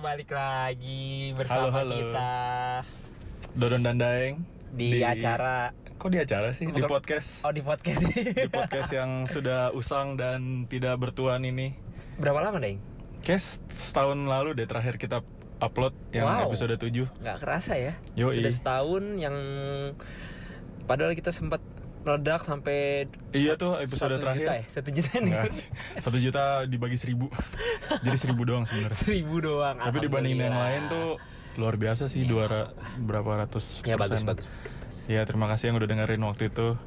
balik lagi bersama halo. kita Dodon dan Daeng di acara. Kok di acara sih? Di podcast. Oh, di podcast. Di podcast yang sudah usang dan tidak bertuan ini. Berapa lama, Daeng? Kayak setahun lalu deh terakhir kita upload yang episode 7. Nggak kerasa ya. Yoi. Sudah setahun yang padahal kita sempat meledak sampai iya tuh episode 1 terakhir juta ya? 1 juta nih. 1 juta dibagi 1000. Jadi 1000 doang sebenarnya. 1000 doang. Tapi dibandingin yang lain tuh luar biasa sih, ya, berapa ratus ya, persen. bagus. Ya terima kasih yang udah dengerin waktu itu.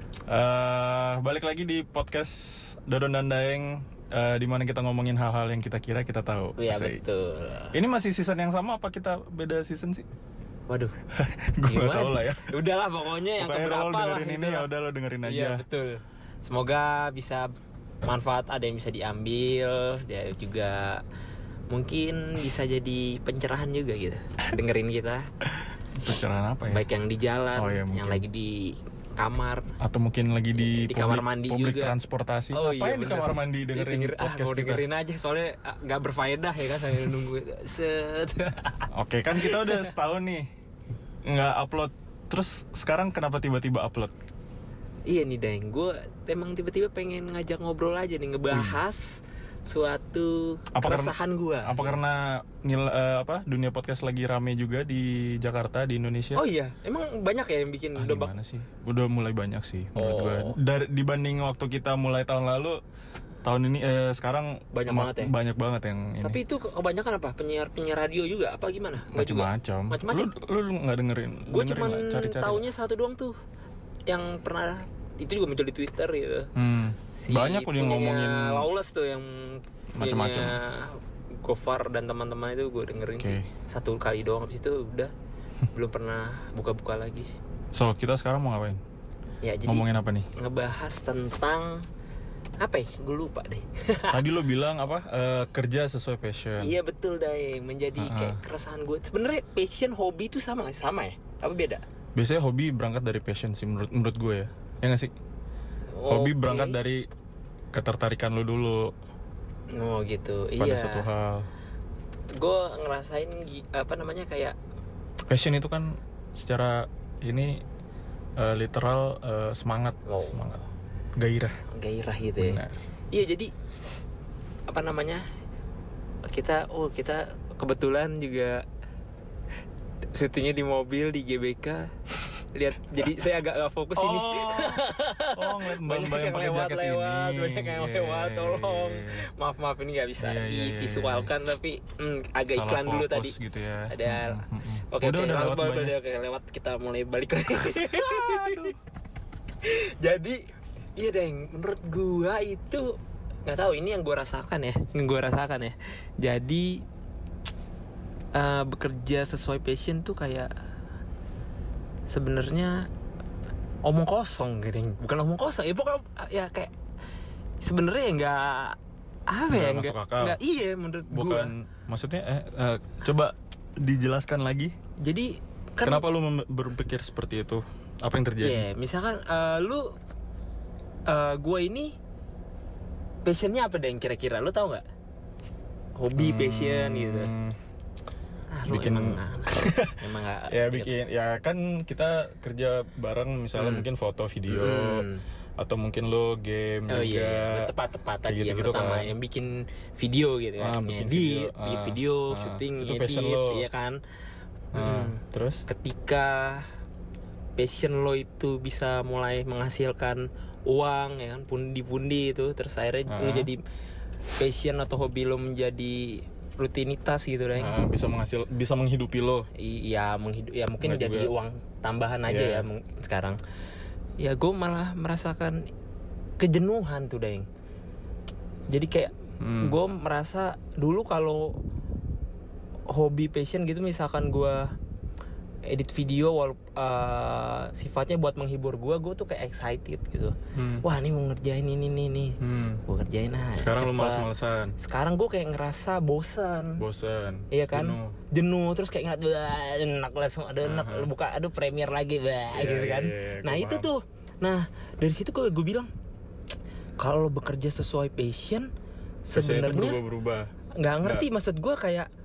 Balik lagi di podcast Dodon dan Daeng, di mana kita ngomongin hal-hal yang kita kira kita tahu. Iya betul. Ini masih season yang sama apa kita beda season sih? Waduh. Gue gak tau lah ya. Udahlah pokoknya yang keberapa lah. Dengerin ini ya udah lo dengerin aja. Iya betul. Semoga bisa manfaat, ada yang bisa diambil, dia juga mungkin bisa jadi pencerahan juga gitu. Dengerin kita. Pencerahan apa ya? Baik yang di jalan, ya, yang lagi di kamar, atau mungkin lagi di kamar mandi public juga. Transportasi. Oh, Ngapain iya, di kamar mandi dengerin podcast mau dengerin aja soalnya nggak berfaedah ya kan, saya nunggu set. Oke, kan kita udah setahun nih nggak upload. Terus sekarang kenapa tiba-tiba upload? Iya nih Daeng, gue emang tiba-tiba pengen ngajak ngobrol aja nih, ngebahas suatu keresahan gue. Apa karena dunia podcast lagi rame juga di Jakarta, di Indonesia? Oh iya, emang banyak ya yang bikin dobak? Gimana sih? Udah mulai banyak sih menurut gue. Dibanding waktu kita mulai tahun lalu, tahun ini sekarang banyak banget ya. Banyak banget yang ini. Tapi itu kebanyakan apa? Penyiar radio juga apa gimana? Macam-macam. Lu nggak dengerin? Gue cuma taunya satu doang tuh, yang pernah itu juga muncul di Twitter gitu. Banyak udah ngomongin Lawless tuh yang macam-macam. Gofar dan teman-teman itu gue dengerin sih. Satu kali doang, habis itu udah belum pernah buka-buka lagi. So, kita sekarang mau ngapain? Ya, jadi ngomongin apa nih? Ngebahas tentang apa ya? Gue lupa deh. Tadi lo bilang apa? Kerja sesuai passion. Iya betul Daeng, menjadi kayak keresahan gue. Sebenarnya passion, hobi itu sama ya? Apa beda? Biasanya hobi berangkat dari passion sih menurut gue ya. Ya nggak sih? Hobi berangkat dari ketertarikan lo dulu. Oh gitu. Pada suatu hal. Gue ngerasain kayak passion itu kan secara ini literal semangat. Gairah gitu ya. Benar. Iya, jadi kita kebetulan juga syutingnya di mobil di GBK. Lihat, jadi saya agak gak fokus ini. Banyak yang lewat, tolong. Maaf ini gak bisa divisualkan, tapi agak salah iklan dulu tadi gitu ya. Ada Oke, lewat, kita mulai balik lagi. Jadi iya Daeng, menurut gua itu nggak tahu, ini yang gua rasakan ya. Jadi bekerja sesuai passion tuh kayak sebenarnya omong kosong gitu. Bukan omong kosong ya, pokoknya ya kayak sebenarnya nggak iya menurut gua. Bukan maksudnya coba dijelaskan lagi. Jadi kan, kenapa lu berpikir seperti itu? Apa yang terjadi? Iya, misalkan gue ini passionnya apa deh kira-kira? Lu tahu nggak? Hobi, passion gitu. Bikin emang gak, ya bikin gitu. Ya kan kita kerja bareng, misalnya mungkin foto, video, atau mungkin lo game juga. Iya, tepat tadi yang pertama kan. Yang bikin video gitu kan. Bikin video, syuting, itu edit, passion lo. ya kan. Terus ketika passion lo itu bisa mulai menghasilkan uang ya kan, pundi-pundi itu, terus akhirnya menjadi passion atau hobi lo menjadi rutinitas gitu lah. Bisa menghidupi lo. Iya, mungkin nggak jadi juga uang tambahan aja ya sekarang. Ya gue malah merasakan kejenuhan tuh Daeng. Jadi kayak gue merasa dulu kalau hobi passion gitu, misalkan gue edit video sifatnya buat menghibur gue tuh kayak excited gitu. Wah, ini mau ngerjain ini nih. Gue kerjain aja. Sekarang lu males-malesan. Sekarang gue kayak ngerasa bosan. Iya kan? Jenuh terus kayak enak langsung enak buka Premiere lagi gitu kan. Nah, itu tuh. Nah, dari situ gue bilang kalau bekerja sesuai passion sebenarnya berubah. Nggak ngerti maksud gue, kayak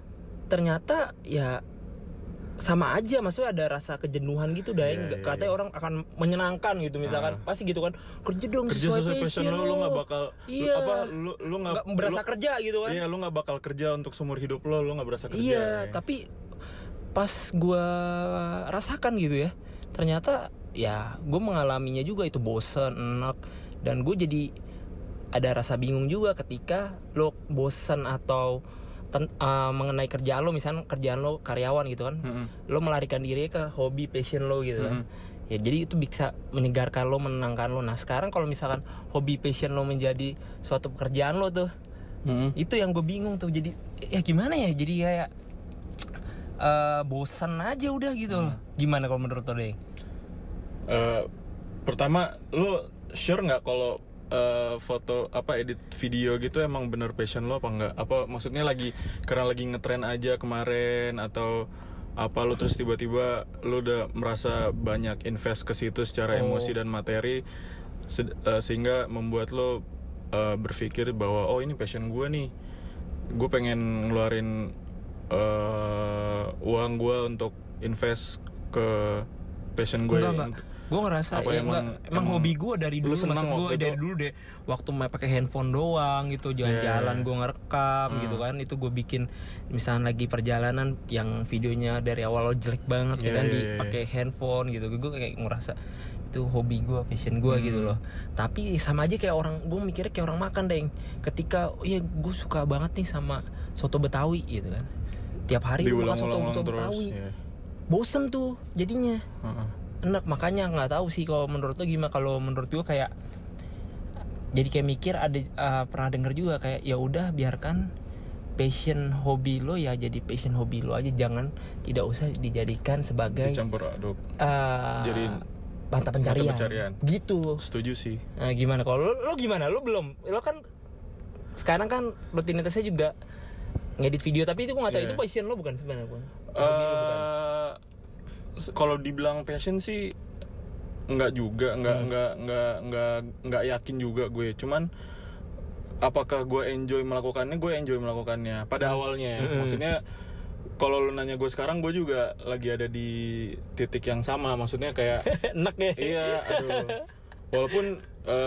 ternyata ya sama aja, maksudnya ada rasa kejenuhan gitu katanya orang akan menyenangkan gitu misalkan pasti gitu kan, kerja dong sesuai passion lu nggak bakal lu nggak berasa kerja gitu kan. Iya, lu nggak bakal kerja untuk seumur hidup lu nggak berasa kerja. Iya, tapi pas gue rasakan gitu ya, ternyata ya gue mengalaminya juga, itu bosen, enak, dan gue jadi ada rasa bingung juga ketika lo bosen atau mengenai kerjaan lo, misalnya kerjaan lo karyawan gitu kan, lo melarikan diri ke hobi passion lo gitu kan. Ya jadi itu bisa menyegarkan lo, menenangkan lo. Nah sekarang kalau misalkan hobi passion lo menjadi suatu pekerjaan lo tuh, itu yang gue bingung tuh. Jadi ya gimana ya, jadi kayak bosan aja udah gitu loh. Gimana kalau menurut lo deh? Pertama, lo sure nggak kalau foto edit video gitu emang bener passion lo apa enggak? Apa maksudnya karena lagi ngetren aja kemarin, atau apa lo terus tiba-tiba lo udah merasa banyak invest ke situ secara emosi dan materi sehingga membuat lo berpikir bahwa ini passion gue nih, gue pengen ngeluarin uang gue untuk invest ke passion gue. Gue ngerasa emang hobi gue dari dulu, maksud gue dari dulu deh, waktu pakai handphone doang gitu, jalan-jalan gue ngerekam gitu kan, itu gue bikin misalnya lagi perjalanan yang videonya dari awal jelek banget dipakai handphone gitu, gue kayak ngerasa itu hobi gue, passion gue gitu loh. Tapi sama aja kayak orang, gue mikirnya kayak orang makan deh, ketika gue suka banget nih sama soto Betawi gitu kan, tiap hari gue makan soto Betawi, bosen tuh jadinya. Enak, makanya nggak tahu sih kalau menurut lo gimana. Kalau menurut gue kayak jadi kayak mikir, ada pernah denger juga kayak ya udah biarkan passion hobi lo ya jadi passion hobi lo aja, tidak usah dijadikan sebagai dicampur aduk jadi mata pencarian gitu. Setuju sih. Nah, gimana kalau lo gimana? Lo kan sekarang kan rutinitasnya juga ngedit video, tapi itu gue nggak tahu itu passion lo bukan sebenarnya. Kalau dibilang passion sih enggak juga, enggak yakin juga gue. Cuman apakah gue enjoy melakukannya? Gue enjoy melakukannya pada awalnya. Maksudnya kalau lu nanya gue sekarang, gue juga lagi ada di titik yang sama. Maksudnya kayak enak ya. Iya, aduh. Walaupun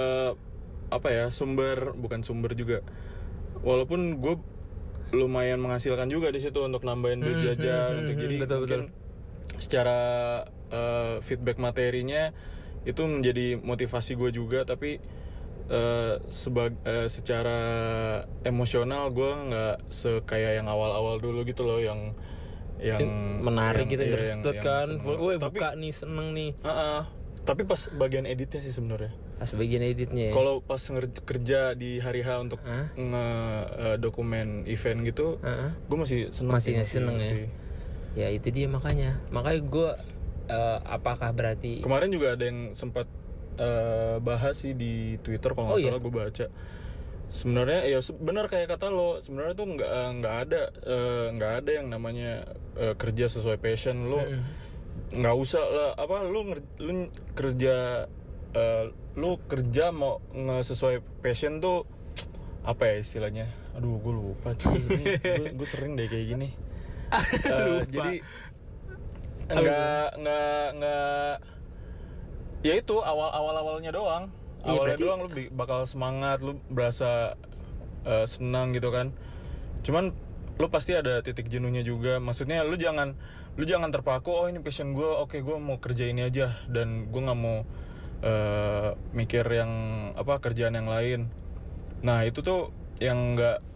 bukan sumber juga. Walaupun gue lumayan menghasilkan juga di situ untuk nambahin duit jajan, untuk jadi mungkin secara feedback materinya itu menjadi motivasi gue juga, tapi secara emosional gue nggak sekaya yang awal-awal dulu gitu loh, yang menarik gitu, interested kan, buka nih, seneng nih. Tapi pas bagian editnya sih sebenarnya. Pas bagian editnya. Kalau pas kerja di hari H untuk dokumen event gitu, gue masih seneng. Masih seneng ya. Ya itu dia, makanya gue apakah berarti kemarin juga ada yang sempat bahas sih di Twitter kalau nggak salah, gue baca. Sebenarnya ya benar kayak kata lo, sebenarnya tuh nggak ada yang namanya kerja sesuai passion lo. Nggak usah lah lu kerja mau sesuai passion tuh apa ya istilahnya, aduh gue lupa cuy. gue sering deh kayak gini. Jadi nggak ya itu awalnya doang. Awalnya doang lu bakal semangat, lu berasa senang gitu kan. Cuman lu pasti ada titik jenuhnya juga. Maksudnya lu jangan terpaku, ini passion gue, oke gue mau kerja ini aja, dan gue nggak mau mikir yang kerjaan yang lain. Nah itu tuh yang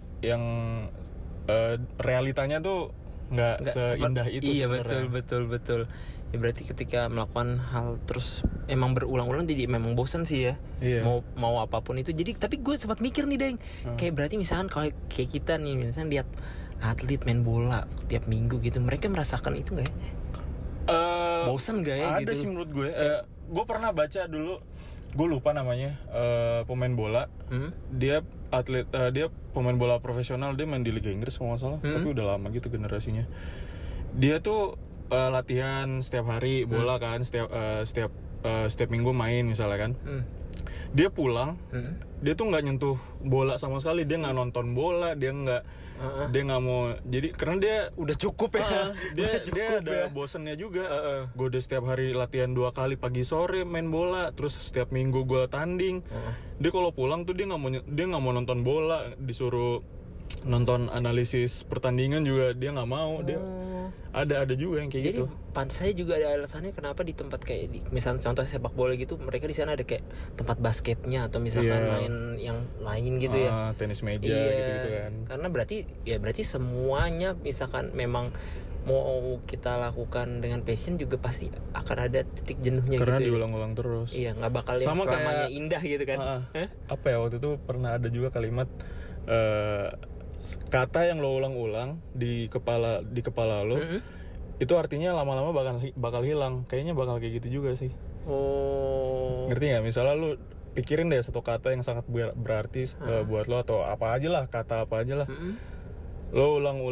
realitanya tuh nggak seindah itu. Iya sebenarnya. betul. Ya berarti ketika melakukan hal terus emang berulang-ulang jadi memang bosan sih ya. Iya. Mau apapun itu. Jadi tapi gue sempat mikir nih Deng, kayak berarti misalkan kalau kayak kita nih misalnya lihat atlet main bola tiap minggu gitu, mereka merasakan itu nggak ya? Bosan nggak ya? Ada gitu? Sih menurut gue. Gue pernah baca dulu, gue lupa namanya, pemain bola. Dia atlet, dia pemain bola profesional, dia main di Liga Inggris kalau nggak salah, tapi udah lama gitu generasinya. Dia tuh latihan setiap hari bola kan, setiap minggu main misalnya kan. dia pulang, dia tuh nggak nyentuh bola sama sekali, dia nggak nonton bola, dia nggak mau, jadi karena dia udah cukup ya. Dia ada bosennya juga. Gue udah setiap hari latihan 2 kali pagi sore main bola, terus setiap minggu gue tanding. Dia kalau pulang tuh dia nggak mau nonton bola, disuruh nonton analisis pertandingan juga dia nggak mau. Dia ada juga yang kayak gitu. Jadi pantas saya juga ada alasannya kenapa di tempat kayak di misalnya contoh sepak bola gitu, mereka di sana ada kayak tempat basketnya atau misalkan main yang lain gitu ya. Tenis meja gitu kan. Karena berarti semuanya misalkan memang mau kita lakukan dengan passion juga pasti akan ada titik jenuhnya. Karena gitu. Karena diulang-ulang terus. Iya, nggak bakal yang selamanya indah gitu kan. Apa ya waktu itu pernah ada juga kalimat kata yang lo ulang-ulang di kepala lo, itu artinya lama-lama bakal hilang. Kayaknya bakal kayak gitu juga sih. Ngerti nggak? Misalnya lo pikirin deh satu kata yang sangat berarti buat lo, atau apa aja lah, kata apa aja lah. Lo ulang,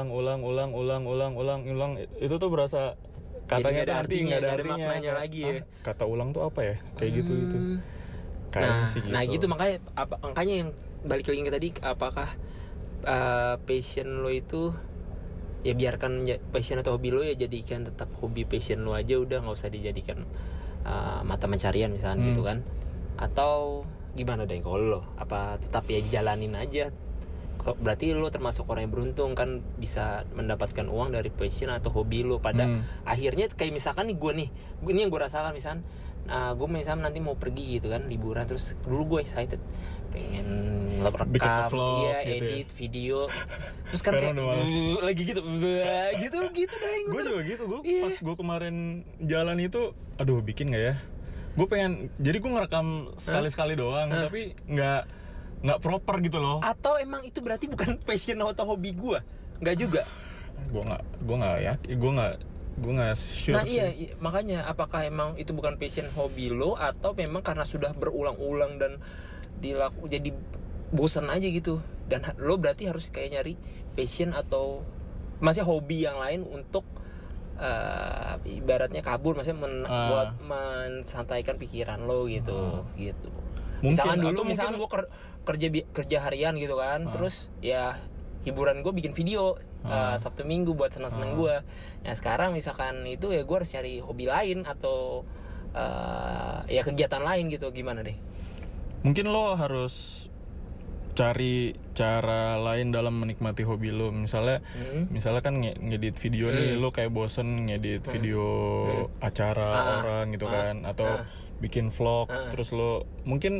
itu tuh berasa katanya tuh nggak ada artinya. Maknanya lagi ya. Kata ulang tuh apa ya? Kayak gitu. Kayaknya sih gitu. Nah gitu makanya yang balik lagi ke tadi, apakah passion lo itu ya biarkan passion atau hobi lo ya jadikan tetap hobi passion lo aja, udah nggak usah dijadikan mata pencarian misalnya gitu kan, atau gimana deh kalau lo, apa tetap ya jalanin aja? Berarti lo termasuk orang yang beruntung kan bisa mendapatkan uang dari passion atau hobi lo pada akhirnya. Kayak misalkan nih gue ini yang gue rasakan, misalkan gue misalnya nanti mau pergi gitu kan liburan, terus dulu gue excited pengen rekam, edit video, terus kan kayak lagi gitu deh. Gue juga gitu, pas gue kemarin jalan itu, aduh bikin nggak ya? Gue pengen, jadi gue ngerekam sekali doang, tapi nggak proper gitu loh. Atau emang itu berarti bukan passion atau hobi gue? Nggak juga. Gue nggak sure. Nah iya, makanya apakah emang itu bukan passion hobi lo, atau memang karena sudah berulang-ulang dan jadi bosan aja gitu, dan lo berarti harus kayak nyari passion atau masih hobi yang lain untuk ibaratnya kabur, maksudnya buat mensantaikan pikiran lo gitu. Misalkan dulu gue kerja harian gitu kan, terus ya hiburan gue bikin video Sabtu Minggu buat senang-senang gue. Nah sekarang misalkan itu ya gue harus cari hobi lain atau ya kegiatan lain gitu. Gimana deh? Mungkin lo harus cari cara lain dalam menikmati hobi lo. Misalnya kan ngedit video nih, lo kayak bosen ngedit video acara orang gitu kan, atau bikin vlog, terus lo mungkin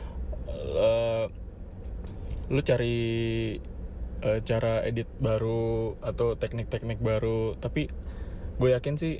lo cari cara edit baru atau teknik-teknik baru. Tapi gue yakin sih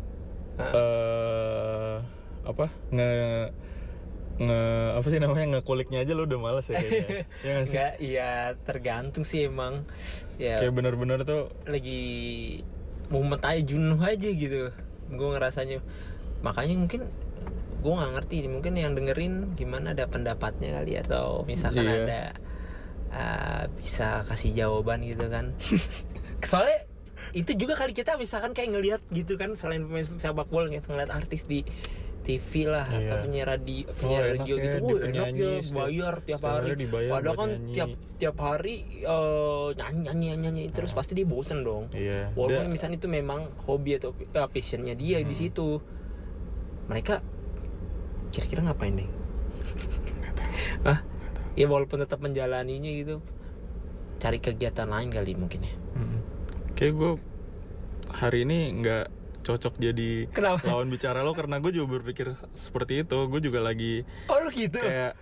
ngekuliknya aja lo udah males ya kayaknya. Enggak, iya tergantung sih emang ya, kayak benar-benar tuh lagi momen aja, jenuh aja gitu gue ngerasanya. Makanya mungkin gue nggak ngerti, mungkin yang dengerin gimana, ada pendapatnya kali, atau misalkan ada bisa kasih jawaban gitu kan. Soalnya itu juga kali kita misalkan kayak ngelihat gitu kan, selain pemain sepak bola ngeliat artis di TV lah, atau penyiar radio gitu, enak ya, bayar tiap hari. Padahal kan tiap hari nyanyi terus pasti dia bosen dong. Walaupun misalnya itu memang hobi atau passionnya dia di situ. Mereka kira-kira ngapain deh? Ya walaupun tetap menjalaninya gitu, cari kegiatan lain kali mungkin ya. Kayak gue hari ini nggak cocok jadi lawan bicara lo, karena gue juga berpikir seperti itu. Gue juga lagi lo gitu kayak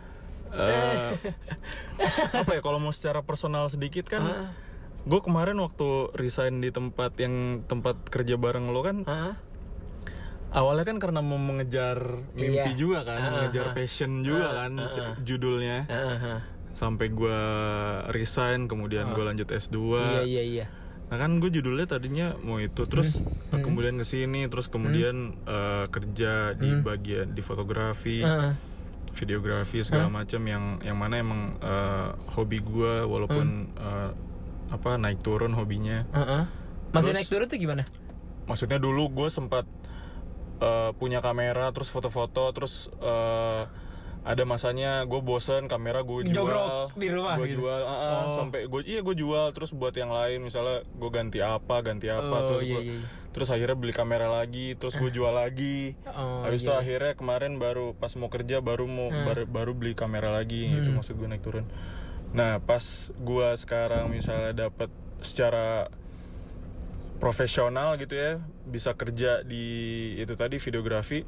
apa ya, kalau mau secara personal sedikit kan, gue kemarin waktu resign di tempat kerja bareng lo kan, awalnya kan karena mau mengejar mimpi juga kan, mengejar passion juga kan, judulnya. Sampai gue resign, kemudian gue lanjut S2. Iya. Nah kan gue judulnya tadinya mau itu, terus kemudian kesini, terus kemudian kerja di bagian di fotografi, videografi segala macam, yang mana emang hobi gue, walaupun naik turun hobinya. Maksudnya naik turun tuh gimana? Maksudnya dulu gue sempat punya kamera, terus foto-foto, terus ada masanya gue bosen kamera gue jual di rumah gue gitu. jual sampai gue jual terus buat yang lain, misalnya gue ganti apa terus terus akhirnya beli kamera lagi terus gue jual lagi. Habis itu akhirnya kemarin baru pas mau kerja baru beli kamera lagi gitu, maksud gue naik turun. Nah pas gue sekarang misalnya dapat secara profesional gitu ya, bisa kerja di itu tadi videografi.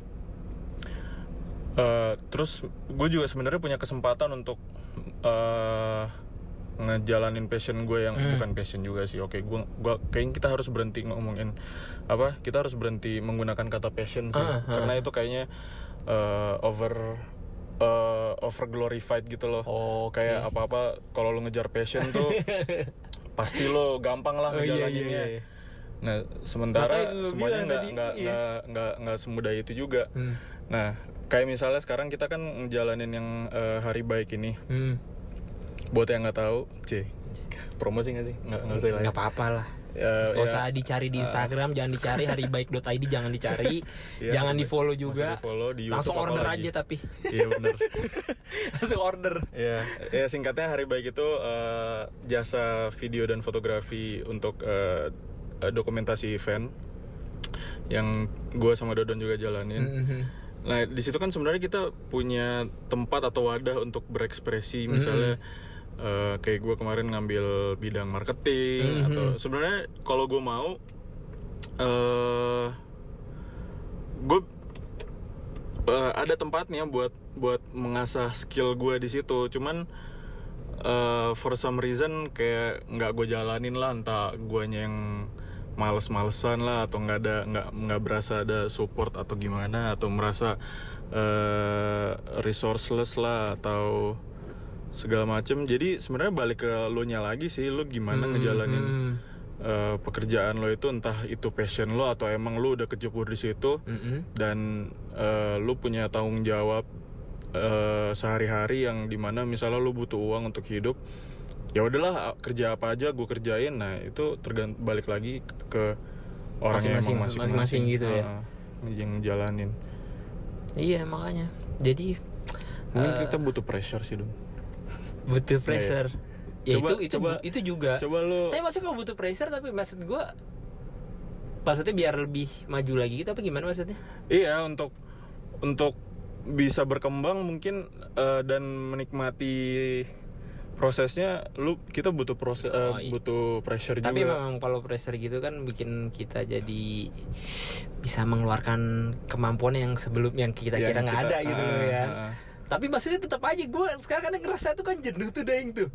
Terus gue juga sebenarnya punya kesempatan untuk ngejalanin passion gue yang bukan passion juga sih. Oke, gue kayaknya kita harus berhenti ngomongin kita harus berhenti menggunakan kata passion sih, karena itu kayaknya over glorified gitu loh. Kayak apa kalau lo ngejar passion tuh pasti lo gampang lah ngejalaninnya. Nah sementara semuanya nggak semudah itu juga. Nah kayak misalnya sekarang kita kan ngejalanin yang hari baik ini. Buat yang nggak tahu, promosi nggak sih? Nggak usah lah. Nggak apa-apa lah. Gak usah dicari di Instagram, jangan dicari haribaik.id, jangan dicari, jangan di follow juga. Di langsung order aja tapi. Iya benar. Langsung order. Ya singkatnya Hari Baik itu jasa video dan fotografi untuk dokumentasi event yang gue sama Dodon juga jalanin. Nah di situ kan sebenarnya kita punya tempat atau wadah untuk berekspresi, misalnya kayak gue kemarin ngambil bidang marketing atau sebenarnya kalau gue mau gue ada tempatnya buat mengasah skill gue di situ, cuman for some reason kayak nggak gue jalanin lah, entah guanya yang males-malesan lah atau nggak berasa ada support atau gimana, atau merasa resourceless lah atau segala macem. Jadi sebenarnya balik ke lo nya lagi sih, lo gimana ngejalanin pekerjaan lo itu, entah itu passion lo atau emang lo udah kejebur di situ dan lo punya tanggung jawab sehari-hari yang dimana misalnya lo butuh uang untuk hidup, ya udahlah kerja apa aja gue kerjain. Nah itu balik lagi ke orang yang masing-masing gitu ya, yang jalanin. Iya makanya jadi mungkin kita butuh pressure sih dong. Butuh pressure. Ya coba, itu juga. Coba lu. Tapi maksudnya kalau butuh pressure, tapi maksud gue maksudnya biar lebih maju lagi gitu, apa gimana maksudnya? Iya, untuk bisa berkembang mungkin dan menikmati prosesnya, kita butuh butuh pressure tapi juga. Tapi memang kalau pressure gitu kan bikin kita jadi bisa mengeluarkan kemampuan yang yang kita kira nggak ada gitu loh ya. Tapi maksudnya tetap aja gue sekarang kan ngerasa tuh kan jenuh tuh Daeng tuh.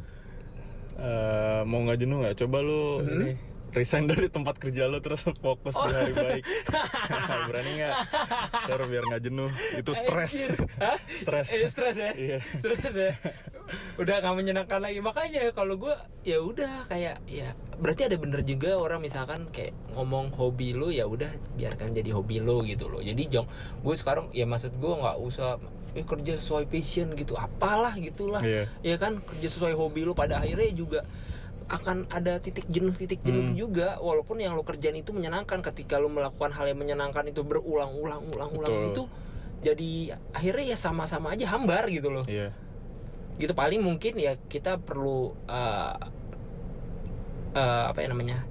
Mau nggak jenuh nggak? Coba lu ini resign dari tempat kerja lo terus fokus di Hari Baik. Berani nggak? Terus biar nggak jenuh. Itu stres. Stres ya. Iya. Stres ya. Udah nggak menyenangkan lagi. Makanya kalau gue ya udah kayak ya berarti ada bener juga orang misalkan kayak ngomong hobi lo, ya udah biarkan jadi hobi lo gitu loh. Jadi gue sekarang ya maksud gue nggak usah kerja sesuai passion gitu, apalah gitulah. Ya kan kerja sesuai hobi lo, pada akhirnya juga akan ada titik jenuh juga, walaupun yang lo kerjain itu menyenangkan. Ketika lo melakukan hal yang menyenangkan itu berulang-ulang itu jadi akhirnya ya sama-sama aja hambar gitu loh. Gitu. Paling mungkin ya kita perlu apa ya namanya,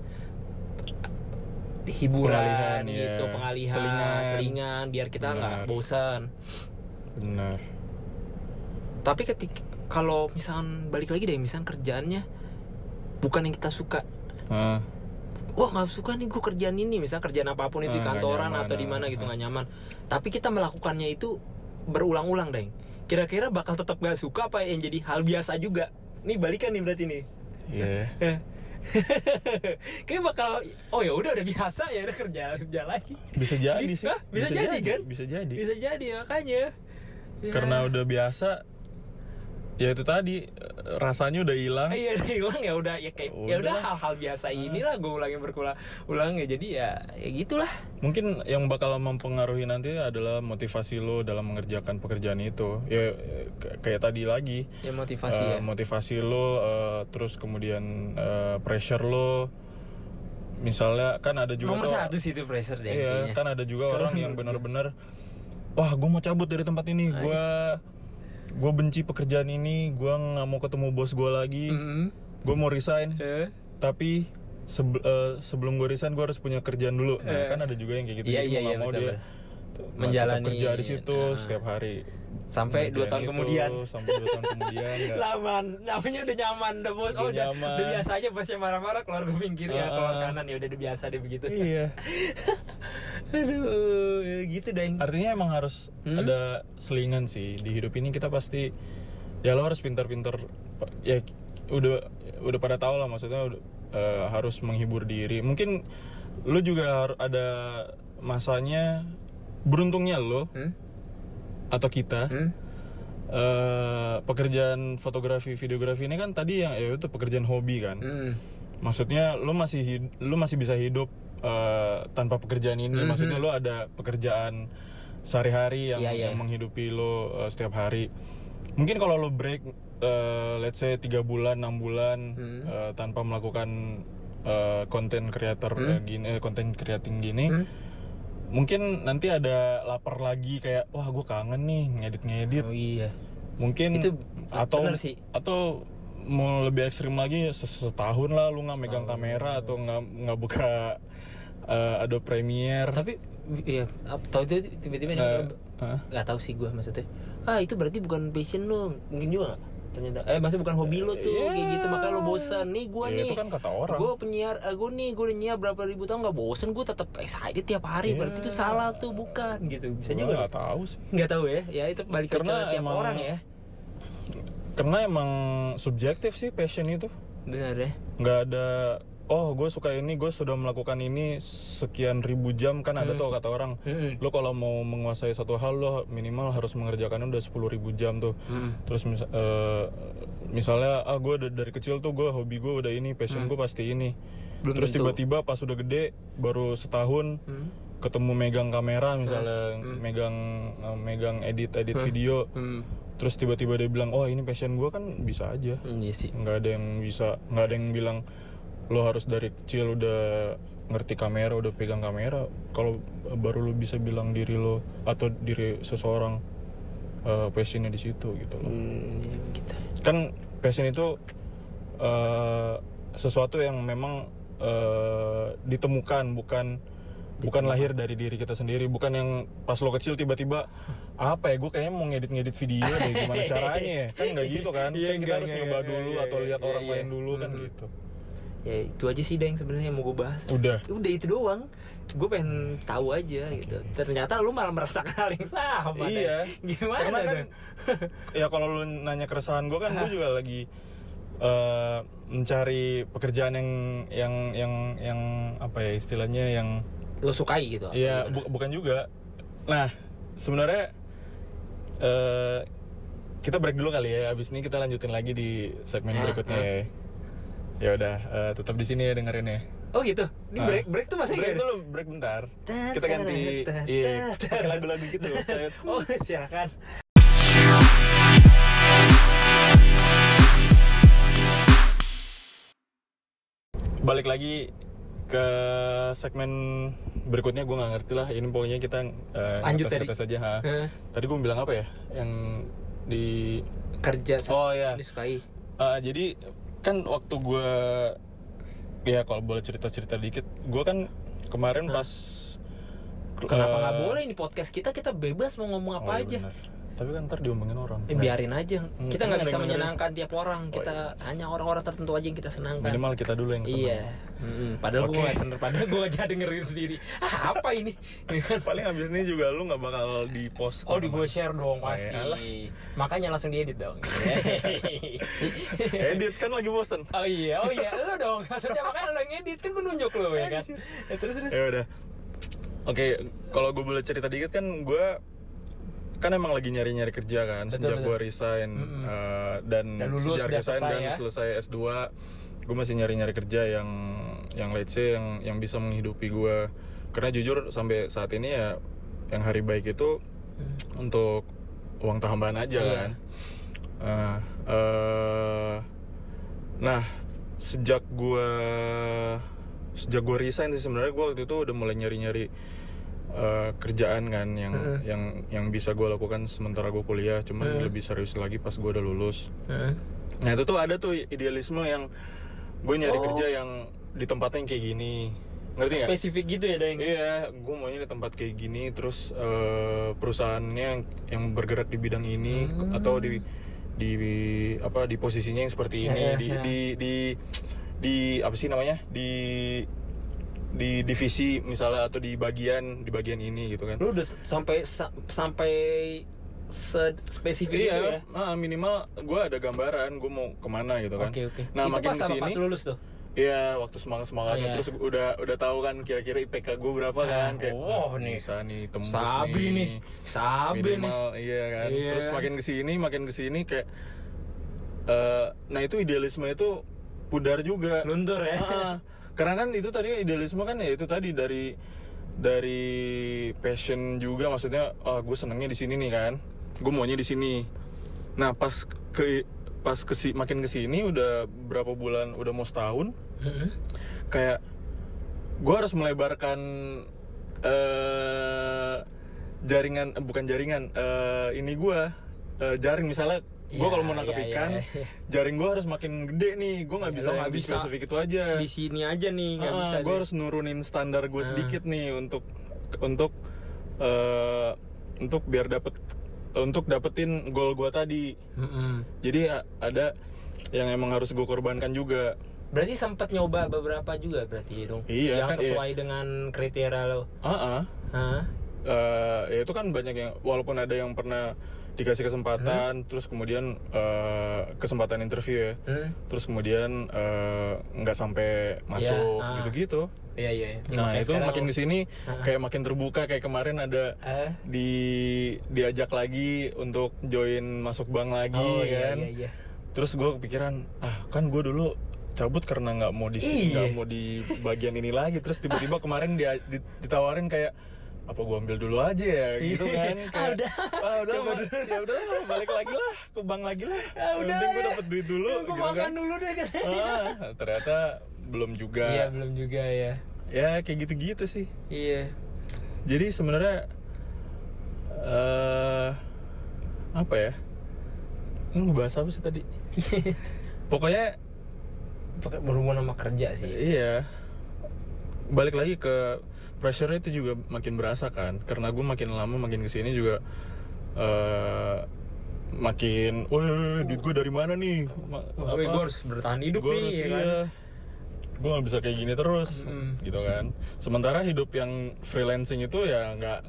hiburan gitu, pengalihan, selingan biar kita nggak bosan. Benar. Tapi kalau misalkan balik lagi deh, misalkan kerjaannya bukan yang kita suka, wah nggak suka nih gue kerjaan ini, misalnya kerjaan apapun itu di kantoran atau di mana gitu, nggak nyaman. Tapi kita melakukannya itu berulang-ulang deh. Kira-kira bakal tetap nggak suka apa yang jadi hal biasa juga? Nih balikan nih berarti nih. Iya. Kayak bakal ya udah biasa ya udah kerja lagi. Bisa jadi sih. Bisa jadi kan? Bisa jadi. Bisa jadi makanya. Karena udah biasa. Ya itu tadi rasanya udah hilang. Iya udah hilang, ya udah ya kayak ya udah hal-hal biasa inilah gue ulangin berulang ya, jadi ya gitulah. Mungkin yang bakal mempengaruhi nanti adalah motivasi lo dalam mengerjakan pekerjaan itu. Ya kayak tadi lagi. Ya motivasi motivasi lo, terus kemudian pressure lo. Misalnya kan ada juga nomor satu sih itu pressure deh. Iya, kan ada juga orang yang benar-benar wah gue mau cabut dari tempat ini, gue gue benci pekerjaan ini, gue nggak mau ketemu bos gue lagi, gue mau resign, tapi sebelum gue resign gue harus punya kerjaan dulu. Nah kan ada juga yang kayak gitu, jadi gue nggak mau dia menjalani kerja di situ setiap hari sampai 2 tahun kemudian. Sampai 2 tahun kemudian Laman, namanya udah nyaman, udah bos. Oh udah biasa aja bosnya marah-marah keluar ke pinggir ya, keluar kanan ya udah biasa deh begitu. Iya. Aduh, gitu deh. Artinya emang harus ada selingan sih di hidup ini. Kita pasti ya lo harus pintar-pintar ya, udah pada tahu lah maksudnya harus menghibur diri. Mungkin lo juga ada masanya, beruntungnya lo atau kita pekerjaan fotografi videografi ini kan tadi yang itu pekerjaan hobi kan. Maksudnya lo masih bisa hidup tanpa pekerjaan ini. Maksudnya lo ada pekerjaan sehari-hari yang menghidupi lo setiap hari. Mungkin kalau lo break let's say 3 bulan 6 bulan tanpa melakukan content creator content creating gini, mungkin nanti ada lapar lagi kayak wah gue kangen nih ngedit. Oh iya. Mungkin itu atau mau lebih ekstrim lagi setahun lah lu nggak megang kamera atau nggak buka Adobe Premiere. Tapi iya, tahu itu tiba-tiba nggak tahu sih gue maksudnya. Itu berarti bukan passion lo, mungkin juga nggak? Ternyata maksudnya bukan hobi lo tuh kayak gitu, makanya lo bosan nih. Gue nih itu kan kata orang, gue penyiar, gue udah nyiar berapa ribu tahun nggak bosan, gue tetap excited tiap hari. Berarti itu salah tuh, bukan gitu. Bisa juga nggak tahu sih, nggak tahu ya itu balik ke tiap orang ya, karena emang subjektif sih passion itu. Benar ya, nggak ada gue suka ini, gue sudah melakukan ini sekian ribu jam kan. Ada tuh kata orang, lo kalau mau menguasai satu hal lo minimal harus mengerjakannya udah 10.000 jam tuh. Terus misalnya gue dari kecil tuh gue hobi gue udah ini, passion gue pasti ini. Terus tiba-tiba pas udah gede baru setahun ketemu megang kamera misalnya, megang edit video. Terus tiba-tiba dia bilang ini passion gue, kan bisa aja. Iya sih. Nggak ada yang bilang lo harus dari kecil udah ngerti kamera, udah pegang kamera. Kalau baru lo bisa bilang diri lo atau diri seseorang passionnya di situ gitu loh. Gitu. Kan passion itu sesuatu yang memang ditemukan, bukan lahir dari diri kita sendiri. Bukan yang pas lo kecil tiba-tiba gue kayaknya mau ngedit video deh, gimana caranya ya, kan nggak gitu kan. Kita harus nyoba dulu atau lihat orang lain dulu kan gitu. Ya itu aja sih yang sebenarnya yang mau gue bahas. Udah itu doang. Gue pengen tahu aja gitu. Ternyata lu malah merasakan hal yang sama. Iya. Gimana karena kan ya kalau lu nanya keresahan gue kan, gue juga lagi mencari pekerjaan yang apa ya istilahnya, yang lo sukai gitu. Iya, bukan juga. Nah, sebenarnya kita break dulu kali ya. Abis ini kita lanjutin lagi di segmen berikutnya. Ya udah, tetap di sini ya dengerin ya. Oh gitu. Ini break tuh masih break dulu, break bentar. Kita ganti pakai lagu-lagu gitu. Oh, silakan. Balik lagi ke segmen berikutnya. Gue nggak ngerti lah. Ini pokoknya kita ngetes aja. Tadi gue bilang apa ya? Yang di kerja disukai. Jadi kan waktu gue ya kalau boleh cerita dikit, gue kan kemarin pas kenapa nggak boleh ini podcast kita bebas mau ngomong apa aja. Bener. Tapi kan ntar diomongin orang. Biarin aja. Kita nggak bisa menyenangkan tiap orang. Kita hanya orang-orang tertentu aja yang kita senangkan. Minimal kita dulu yang senang. Iya. Padahal gue nggak seneng. Padahal gue aja dengerin sendiri. Apa ini? Paling abis ini juga lu nggak bakal di post. Di gue share dong pasti. Makanya langsung diedit dong. Edit kan lagi bosen. Oh iya lu dong. Maksudnya makanya lu yang edit kan gue nunjuk lu ya kan. Terus. Ya udah. Oke, kalau gue boleh cerita dikit kan, gue kan emang lagi nyari kerja kan. Betul. Sejak gue resign dan sejak resign dan selesai S2, gue masih nyari kerja yang let's say yang bisa menghidupi gue. Karena jujur sampai saat ini ya yang hari baik itu untuk uang tambahan aja kan. Nah, sejak gue resign sih sebenarnya gue waktu itu udah mulai nyari kerjaan kan yang bisa gue lakukan sementara gue kuliah, cuman lebih serius lagi pas gue udah lulus. Nah itu tuh ada tuh idealisme yang gue nyari kerja yang di tempatnya yang kayak gini, ngerti nggak? Spesifik gitu ya Deng? Iya, gue maunya di tempat kayak gini, terus perusahaannya yang bergerak di bidang ini atau di posisinya yang seperti ini, di apa sih namanya, di divisi misalnya atau di bagian ini gitu kan. Lu udah sampai spesifik itu ya? Minimal gue ada gambaran gue mau kemana gitu kan. Oke. Nah, itu makin pas kesini pas lulus tuh? Iya, waktu semangatnya. Terus udah tahu kan kira-kira IPK gue berapa kan, kayak nih bisa nih tembus Sabi nih minimal, iya kan. Terus makin kesini kayak nah itu idealisme itu pudar juga, luntur ya. Karena kan itu tadi idealisme kan ya itu tadi dari passion juga, maksudnya gue senengnya di sini nih kan, gue maunya di sini. Nah makin kesini udah berapa bulan, udah mau setahun, kayak gue harus melebarkan jaring misalnya. Gue kalau mau nangkep ikan, jaring gue harus makin gede nih. Gue nggak bisa yang di spesifik itu aja. Di sini aja nih nggak bisa. Gue harus nurunin standar gue sedikit nih untuk biar dapetin goal gue tadi. Jadi ada yang emang harus gue korbankan juga. Berarti sempat nyoba beberapa juga berarti dong. Iya, yang kan, sesuai dengan kriteria lo. Ya itu kan banyak yang, walaupun ada yang pernah dikasih kesempatan, terus kemudian kesempatan interview ya, terus kemudian nggak sampai masuk gitu-gitu. Iya. Nah itu makin kesini kayak makin terbuka, kayak kemarin ada diajak lagi untuk join masuk bank lagi kan. Iya. Terus gue kepikiran, kan gue dulu cabut karena nggak mau di bagian ini lagi. Terus tiba-tiba kemarin ditawarin kayak, apa gue ambil dulu aja ya gitu kan. udah balik lagi lah ke bank lagi lah. Mending gue dapet duit dulu gitu makan kan. dulu deh katanya. Ternyata belum juga. Iya, belum juga ya. Ya kayak gitu-gitu sih. Iya. Jadi sebenarnya apa ya? Ini bahas apa sih tadi? Pokoknya berhubungan sama kerja sih. Iya. Balik lagi ke pressure itu juga makin berasa kan, karena gue makin lama makin kesini juga makin, duit gue dari mana nih? Gue harus bertahan hidup nih, ya kan? Gue nggak bisa kayak gini terus, gitu kan. Sementara hidup yang freelancing itu ya nggak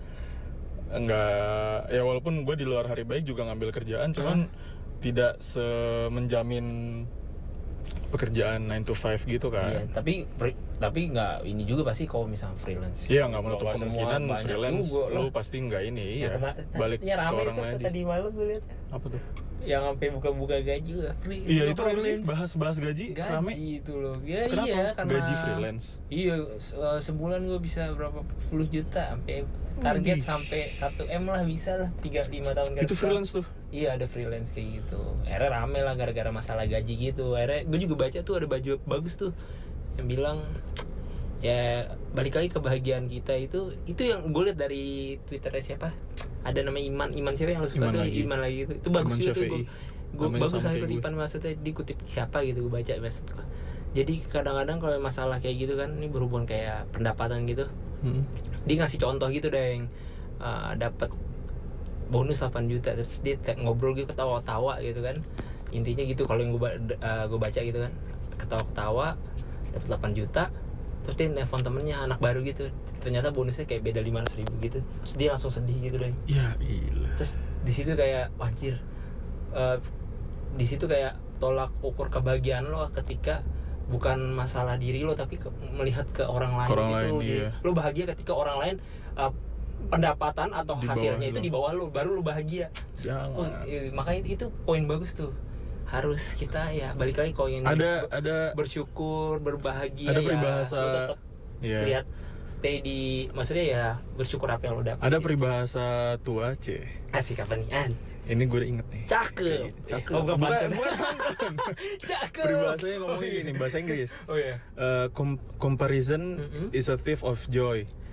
ya, walaupun gue di luar hari baik juga ngambil kerjaan, cuman tidak semenjamin pekerjaan 9 to 5 gitu kan. Iya, tapi nggak ini juga pasti kalau misalnya freelance. Iya, nggak menutup kemungkinan freelance lu pasti nggak ini ya. Balik ke orang lain. Tadi malam gue lihat. Apa tuh? Yang sampai buka-buka gaji juga. Iya, itu apa sih? Bahas gaji rame. Gaji itu loh. Ya, kenapa? Iya, karena gaji freelance. Iya, sebulan gue bisa berapa puluh juta sampai target sampai 1 M lah, bisa lah 3-5 tahun ke depan. Itu freelance tuh? Iya, ada freelance kayak gitu. Akhirnya rame lah gara-gara masalah gaji gitu. Akhirnya gue juga baca tuh ada baju bagus tuh yang bilang ya balik lagi kebahagiaan kita itu yang gue lihat dari Twitternya siapa, ada nama Iman siapa yang lo suka Iman lagi itu bagus juga tuh. Gue bagus lah kutipan, maksudnya dikutip siapa gitu, gue baca maksud gue. Jadi kadang-kadang kalau masalah kayak gitu kan, ini berhubungan kayak pendapatan gitu, dia ngasih contoh gitu deh, yang dapat bonus 8 juta terus dia ngobrol gitu ketawa-tawa gitu kan, intinya gitu kalau yang gue baca gitu kan, ketawa-ketawa dapat 8 juta terus dia nelfon temennya anak baru gitu, ternyata bonusnya kayak beda 500.000 gitu, terus dia langsung sedih gitu deh. Ya ilah. Terus di situ kayak wajir, di situ kayak tolak ukur kebahagiaan lo ketika bukan masalah diri lo tapi melihat ke orang lain gitu. Iya. Lo bahagia ketika orang lain pendapatan atau hasilnya itu di bawah lo, baru lo bahagia. Makanya itu poin bagus tuh. Harus kita ya balik lagi kalau yang ada bersyukur, berbahagia, ada ya peribahasa, lo tetap lihat stay di, maksudnya ya bersyukur apa yang lo dapat. Ada peribahasa tua asik apa nih ini gue udah inget nih. Cakep. Oh, bukan. Cakep. Peribahasanya ngomongnya gini, bahasa Inggris. Oh iya. Comparison is a thief of joy.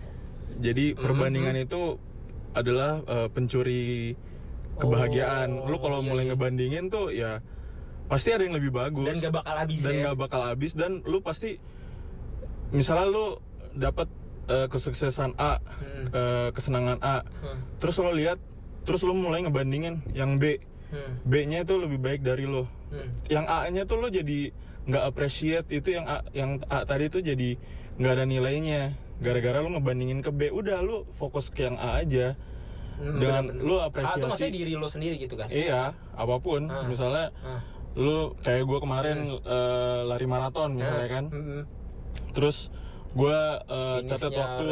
Jadi perbandingan itu adalah pencuri kebahagiaan. Lu kalau mulai ngebandingin tuh ya pasti ada yang lebih bagus dan gak bakal habis dan lu pasti misalnya lu dapat kesuksesan A, kesenangan A, terus lo lihat, terus lo mulai ngebandingin yang B, B-nya itu lebih baik dari lo, yang A-nya tuh lo jadi nggak appreciate itu, yang A tadi tuh jadi nggak ada nilainya, gara-gara lo ngebandingin ke B. Udah lo fokus ke yang A aja, dengan lo apresiasi. Itu maksudnya diri lo sendiri gitu kan? Iya, apapun, misalnya lo kayak gue kemarin lari maraton misalnya kan, terus gue catat waktu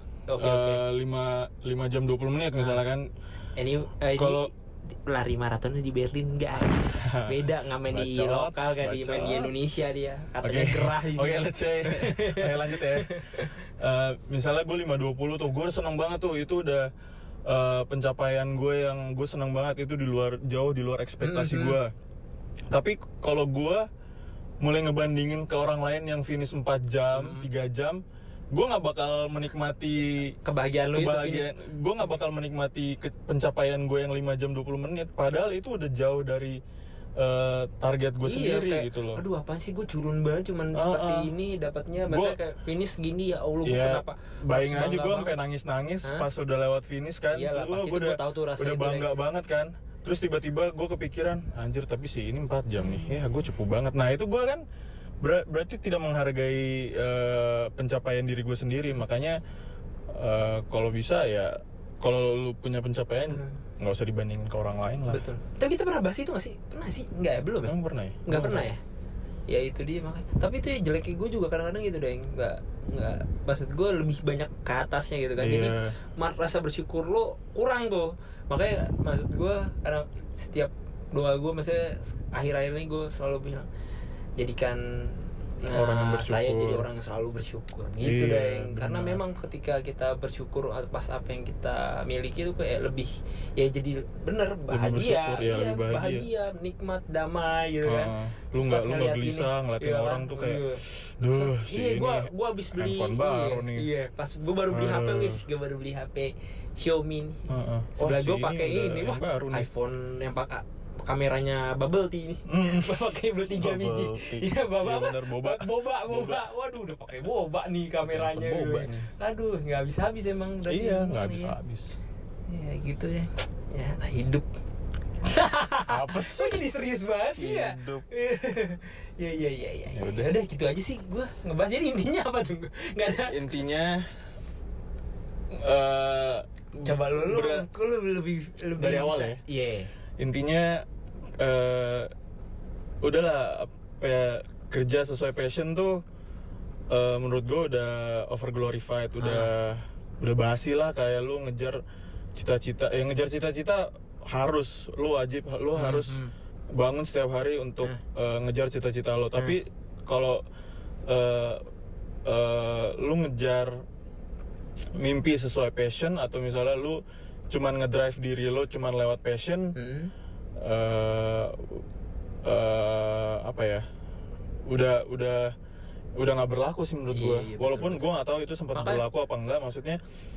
5 jam 20 menit misalnya kan. Kalau lari maratonnya di Berlin guys, beda ngamen di lokal kan, di main di Indonesia dia katanya gerah di sini. Oke, let's say lanjut ya. Misalnya gue 5:20 tuh, gue seneng banget tuh, itu udah pencapaian gue yang gue seneng banget, itu jauh di luar ekspektasi gue. Tapi kalau gue mulai ngebandingin ke orang lain yang finish 4 jam, 3 jam, gue nggak bakal menikmati kebahagiaan lo itu finish. Gue nggak bakal menikmati pencapaian gue yang 5 jam 20 menit, padahal itu udah jauh dari target gue sendiri kayak, gitu loh. Aduh apaan sih, gue curun banget cuman seperti ini dapatnya, masa kayak finish gini ya Allah, gue kenapa. Bayangin aja gue sampai nangis pas udah lewat finish kan. Iyalah, gue udah bangga banget kan. Terus tiba-tiba gue kepikiran, anjir tapi sih ini 4 jam nih, ya gue cukup banget. Nah itu gue kan berarti tidak menghargai pencapaian diri gue sendiri. Makanya kalau bisa ya, kalau lu punya pencapaian nggak usah dibandingin ke orang lain lah. Betul. Tapi kita pernah bahas itu nggak sih? Pernah sih? Nggak ya, belum ya? Emang pernah ya? Nggak pernah ya? Ya itu dia makanya. Tapi itu ya jeleknya gue juga kadang-kadang gitu deh, nggak maksud gue lebih banyak ke atasnya gitu kan. Jadi rasa bersyukur lo kurang tuh. Makanya maksud gue karena setiap doa gue, maksudnya akhir-akhir ini gue selalu bilang jadikan saya jadi orang yang selalu bersyukur gitu deh. Karena memang ketika kita bersyukur atas apa yang kita miliki itu kayak lebih ya jadi bener bahagia, bahagia, nikmat, damai gitu kan. Lu nggak gelisah ngeliatin orang tuh kayak duh sih ini gue abis beli baru nih. Iya, pas gue baru beli HP gue baru beli HP Xiaomi. Sebelah gue pakai ini iPhone yang pakai kameranya bubble tea nih. Pakai bubble 3 biji. Iya, boba. Waduh, udah pakai boba nih kameranya. Aduh, enggak habis-habis emang berarti. Iya, enggak habis-habis. Ya gitu deh. Ya, nah hidup. Apa sih? Kok jadi serius banget sih ya? Hidup. Ya udah gitu aja sih gua ngebahas. Jadi intinya apa tuh? Enggak ada. Intinya coba lu lebih dari awal ya. Iya. Intinya udahlah, apa ya, kerja sesuai passion tuh menurut gue udah over glorified, udah basi lah. Kayak lu ngejar cita-cita, harus lu harus bangun setiap hari untuk ngejar cita-cita lo. Tapi kalau lu ngejar mimpi sesuai passion, atau misalnya lu cuman ngedrive diri lo cuman lewat passion, apa ya, udah nggak berlaku sih menurut gue. Walaupun gue nggak tahu itu sempat berlaku apa enggak, maksudnya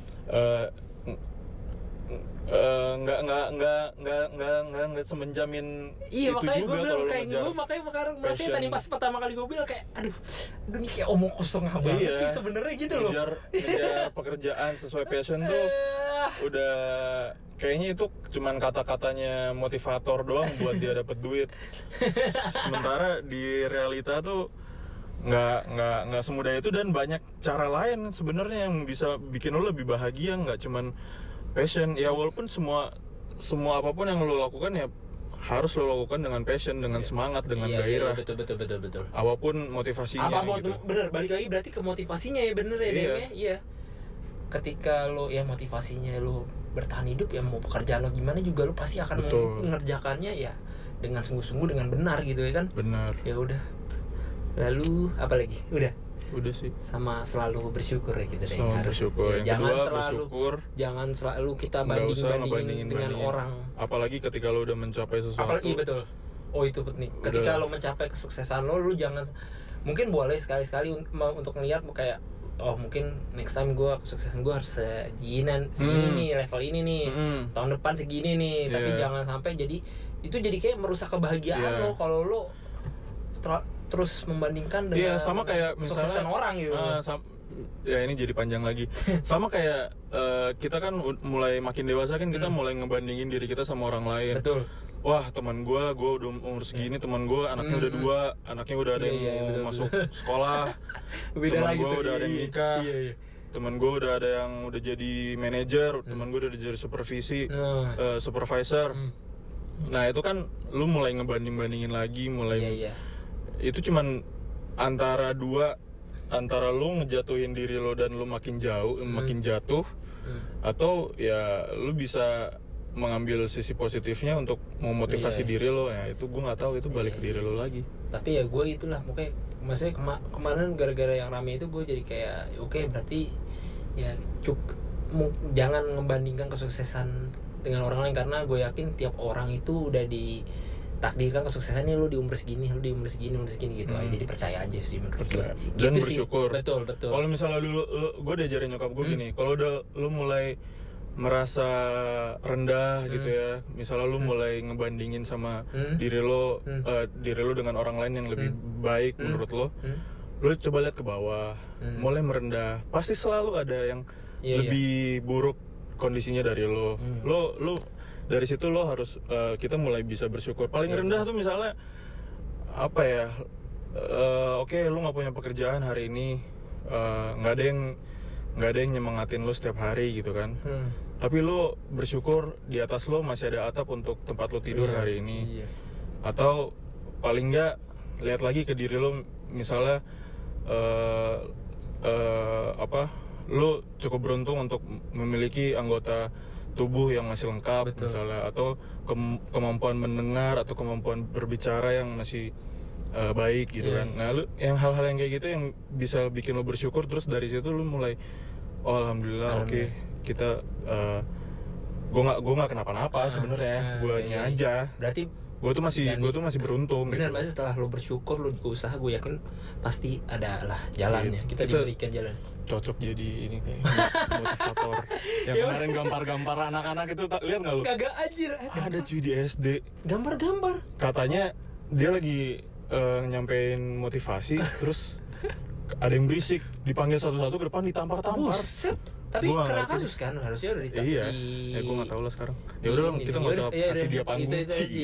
nggak semenjamin itu juga kalau lo ngejar. Makanya merasa tadi pas pertama kali gue bilang kayak aduh ini kayak omong kosong banget sih sebenarnya gitu loh. Ngejar pekerjaan sesuai passion tuh udah kayaknya itu cuman kata-katanya motivator doang buat dia dapat duit. Sementara di realita tuh nggak semudah itu, dan banyak cara lain sebenarnya yang bisa bikin lo lebih bahagia, nggak cuman passion. Ya walaupun semua apapun yang lo lakukan ya harus lo lakukan dengan passion, dengan semangat, dengan gairah. Betul. Apapun motivasinya. Gitu. Bener, balik lagi berarti ke motivasinya ya, bener ya. Iya. Ketika lo ya motivasinya lo bertahan hidup, ya mau pekerjaan lo gimana juga lo pasti akan mengerjakannya ya dengan sungguh-sungguh, dengan benar gitu ya kan. Benar. Ya udah. Lalu apa lagi? Udah sih, sama selalu bersyukur ya kita deh. Harus bersyukur. Ya, jangan selalu kita bandingin dengan orang. Apalagi ketika lo udah mencapai sesuatu. Betul. Oh itu penting. Ketika lo mencapai kesuksesan lo jangan, mungkin boleh sekali-sekali untuk ngelihat kayak oh mungkin next time gue kesuksesan gue harus segini nih, level ini nih, tahun depan segini nih. Tapi jangan sampai jadi itu jadi kayak merusak kebahagiaan lo kalau lo terus membandingkan dengan sama kayak kesuksesan orang gitu. Ya ini jadi panjang lagi. Sama kayak kita kan mulai makin dewasa kan, kita mulai ngebandingin diri kita sama orang lain. Betul. Wah, teman gue udah umur segini, teman gue anaknya udah 2, anaknya udah ada yang mau masuk sekolah, teman gue udah ada yang nikah, teman gue udah ada yang udah jadi manajer, teman gue udah jadi supervisor. Nah itu kan lu mulai ngebanding-bandingin lagi, itu cuman antara lu ngejatuhin diri lo dan lu makin jauh, makin jatuh, atau ya lu bisa mengambil sisi positifnya untuk memotivasi diri lo. Ya itu gue nggak tahu, itu balik ke diri lo lagi. Tapi ya gue itulah pokoknya, maksudnya kemarin gara-gara yang rame itu gue jadi kayak oke, berarti ya jangan membandingkan kesuksesan dengan orang lain, karena gue yakin tiap orang itu udah ditakdirkan kesuksesannya lu di umur segini gitu aja. Jadi percaya aja sih menurut gue. Dan gitu bersyukur. Sih. Betul. Kalau misalnya dulu gue diajarin nyokap gue gini, kalau udah lu mulai merasa rendah gitu ya, misalnya lu mulai ngebandingin sama diri lo dengan orang lain yang lebih baik menurut lo, lu coba lihat ke bawah, mulai merendah, pasti selalu ada yang lebih buruk kondisinya dari lo. Lo dari situ lo harus kita mulai bisa bersyukur. Paling rendah tuh misalnya apa ya, oke, lu nggak punya pekerjaan hari ini, nggak ada yang nyemangatin lo setiap hari gitu kan. Tapi lo bersyukur di atas lo masih ada atap untuk tempat lo tidur hari ini. Atau paling nggak lihat lagi ke diri lo, misalnya lo cukup beruntung untuk memiliki anggota tubuh yang masih lengkap. Betul. Misalnya, atau kemampuan mendengar atau kemampuan berbicara yang masih baik gitu kan. Nah, lu yang hal-hal yang kayak gitu yang bisa bikin lo bersyukur, terus dari situ lo mulai alhamdulillah. Oke, kita gue nggak kenapa-napa sebenarnya, guanya aja. Berarti gue tuh masih beruntung. Benar, gitu. masih setelah lo bersyukur, lo juga usaha, gue yakin pasti ada lah jalannya. Kita diberikan jalan. Cocok jadi ini kayak motivator. Yang kemarin gambar-gambar anak-anak itu, lihat nggak lo? Kagak anjir. Ada cuy di SD. Gambar-gambar. Katanya dia lagi nyampein motivasi, terus ada yang berisik, dipanggil satu-satu ke depan, ditampar-tampar. Buset. Tapi kena kasus kan, harusnya udah ditampar. Iya. Ya gue nggak tahu lah sekarang. Ya udah, kita nggak usah kasih dia panggung.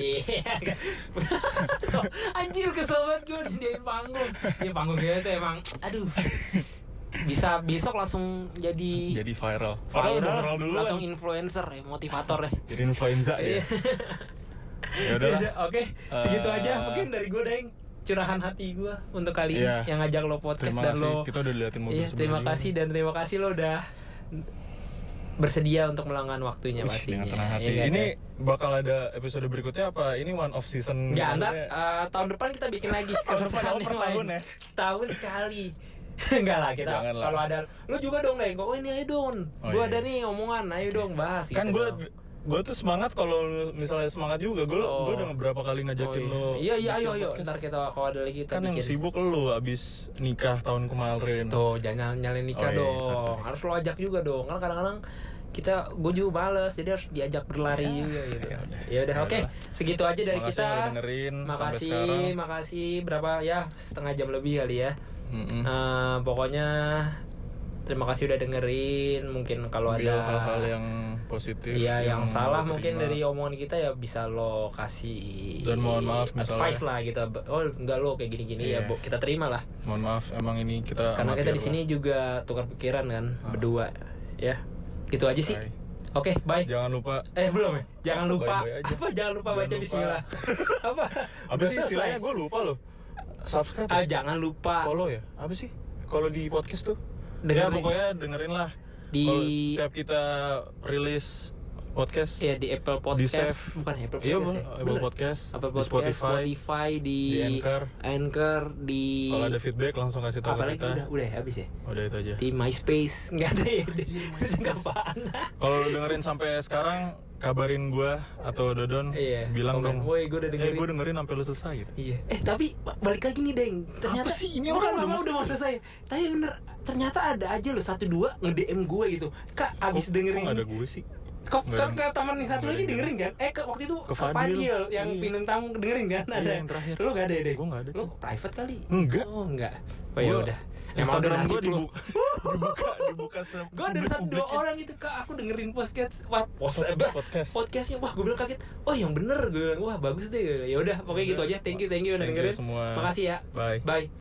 Anjir, kesel banget gue disediain panggung. Ya panggung dia tuh emang, aduh. Bisa besok langsung jadi viral dulu, langsung influencer ya, motivator ya. Jadi influenza ya. Ya udahlah. Oke, segitu aja mungkin dari gue, Deng. Curahan hati gue untuk kali ini yang ngajak lo podcast. Terima kasih. Kita udah liatin mobil sebelumnya. Terima kasih, dan terima kasih lo udah bersedia untuk meluangkan waktunya pastinya. Ini bakal ada episode berikutnya apa? Ini one off season? Ya, tahun depan kita bikin lagi. Tahun per tahun ya? Tahun sekali. Enggak lah, kita kalau ada, lu juga dong, Deng. Kok ini ayo dong. Gue ada nih omongan, ayo dong bahas. Kan gue tuh semangat kalau misalnya semangat juga. Gue udah beberapa kali ngajakin lo. Iya, ayo. Ntar kita kalau ada lagi kita kan bikin. Yang sibuk lo abis nikah tahun kemarin. Tuh, jangan nyalain nikah dong. Sorry. Harus lo ajak juga dong. Kan kadang-kadang gue juga males, jadi harus diajak berlari juga gitu. Ya udah, oke. Segitu aja dari kita. Makasih. Berapa ya? Setengah jam lebih kali ya. Pokoknya terima kasih udah dengerin. Mungkin kalau ada hal-hal yang positif, yang salah mungkin dari omongan kita, ya bisa lo kasih dan mohon maaf advice lah gitu. Oh enggak, lo kayak gini-gini ya kita terima lah. Mohon maaf, emang ini kita karena kita di sini juga tukar pikiran kan, berdua ya. Gitu aja sih. Oke, bye. Jangan lupa. Belum ya? Jangan lupa. Apa? Jangan lupa baca bismillah. Apa sih istilahnya? Gue lupa loh. Subscribe. Jangan lupa. Follow ya? Apa sih? Kalau di podcast tuh? Ya pokoknya dengerin lah. Di tiap kita rilis podcast. Ya di Apple Podcast. Bukan Apple Podcast. Iya, Apple Podcast. Di Spotify, di Anchor, di. Kalau ada feedback langsung kasih tahu kita. Udah habis ya. Udah itu aja. Di MySpace nggak ada ya. Apaan? Kalau dengerin sampai sekarang, kabarin gue atau Dodon, bilang dong, woi gue udah dengerin, gue dengerin sampai lu selesai gitu. Iya. Tapi balik lagi nih Deng, ternyata apa sih ini orang udah mau selesai. Tapi bener, ternyata ada aja lo 1-2 nge-DM gue gitu, Kak abis dengerin kok ada gue sih. Ke teman yang satu lagi dengerin kan? Waktu itu ke Fadil yang Pinun Tamu dengerin kan? Ada yang terakhir. Lu gak ada ya Deng? Gue gak ada. Lu private kali? Enggak. Oh enggak. Oh ya udah. Instagram gue dibuka gue ada 1-2 orang itu, Kak aku dengerin podcastnya, wah gue bilang kaget, oh yang bener, gue bilang wah bagus deh, ya udah pokoknya gitu aja, thank you udah dengerin, semua. makasih ya, bye.